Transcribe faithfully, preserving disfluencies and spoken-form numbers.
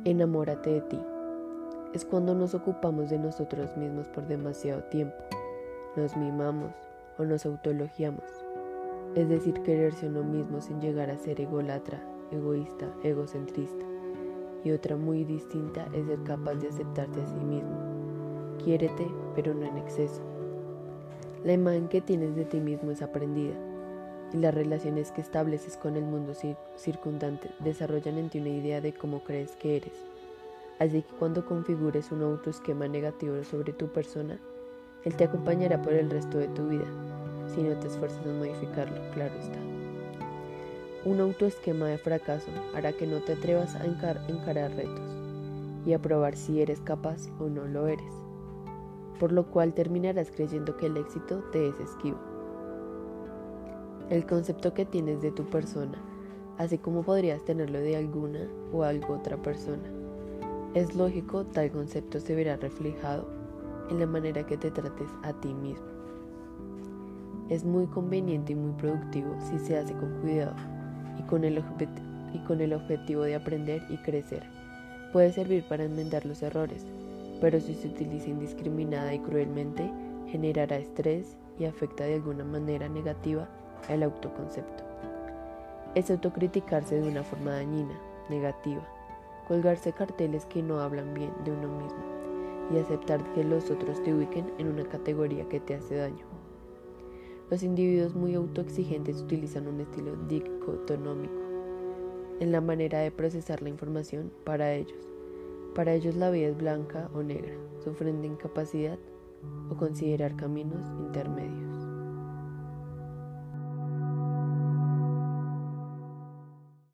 Enamórate de ti. Es cuando nos ocupamos de nosotros mismos por demasiado tiempo, nos mimamos o nos autoelogiamos, es decir, quererse a uno mismo sin llegar a ser ególatra, egoísta, egocentrista. Y otra muy distinta es ser capaz de aceptarte a sí mismo. Quiérete, pero no en exceso. La imagen que tienes de ti mismo es aprendida, y las relaciones que estableces con el mundo circundante desarrollan en ti una idea de cómo crees que eres. Así que cuando configures un autoesquema negativo sobre tu persona, él te acompañará por el resto de tu vida, si no te esfuerzas en modificarlo, claro está. Un autoesquema de fracaso hará que no te atrevas a encar- encarar retos y a probar si eres capaz o no lo eres, por lo cual terminarás creyendo que el éxito te es esquivo. El concepto que tienes de tu persona, así como podrías tenerlo de alguna o algo otra persona. Es lógico, tal concepto se verá reflejado en la manera que te trates a ti mismo. Es muy conveniente y muy productivo si se hace con cuidado y con el, objet- y con el objetivo de aprender y crecer. Puede servir para enmendar los errores, pero si se utiliza indiscriminada y cruelmente, generará estrés y afecta de alguna manera negativa el autoconcepto. Es autocriticarse de una forma dañina, negativa, colgarse carteles que no hablan bien de uno mismo y aceptar que los otros te ubiquen en una categoría que te hace daño. Los individuos muy autoexigentes utilizan un estilo dicotonómico en la manera de procesar la información para ellos. Para ellos la vida es blanca o negra, sufren de incapacidad o considerar caminos intermedios.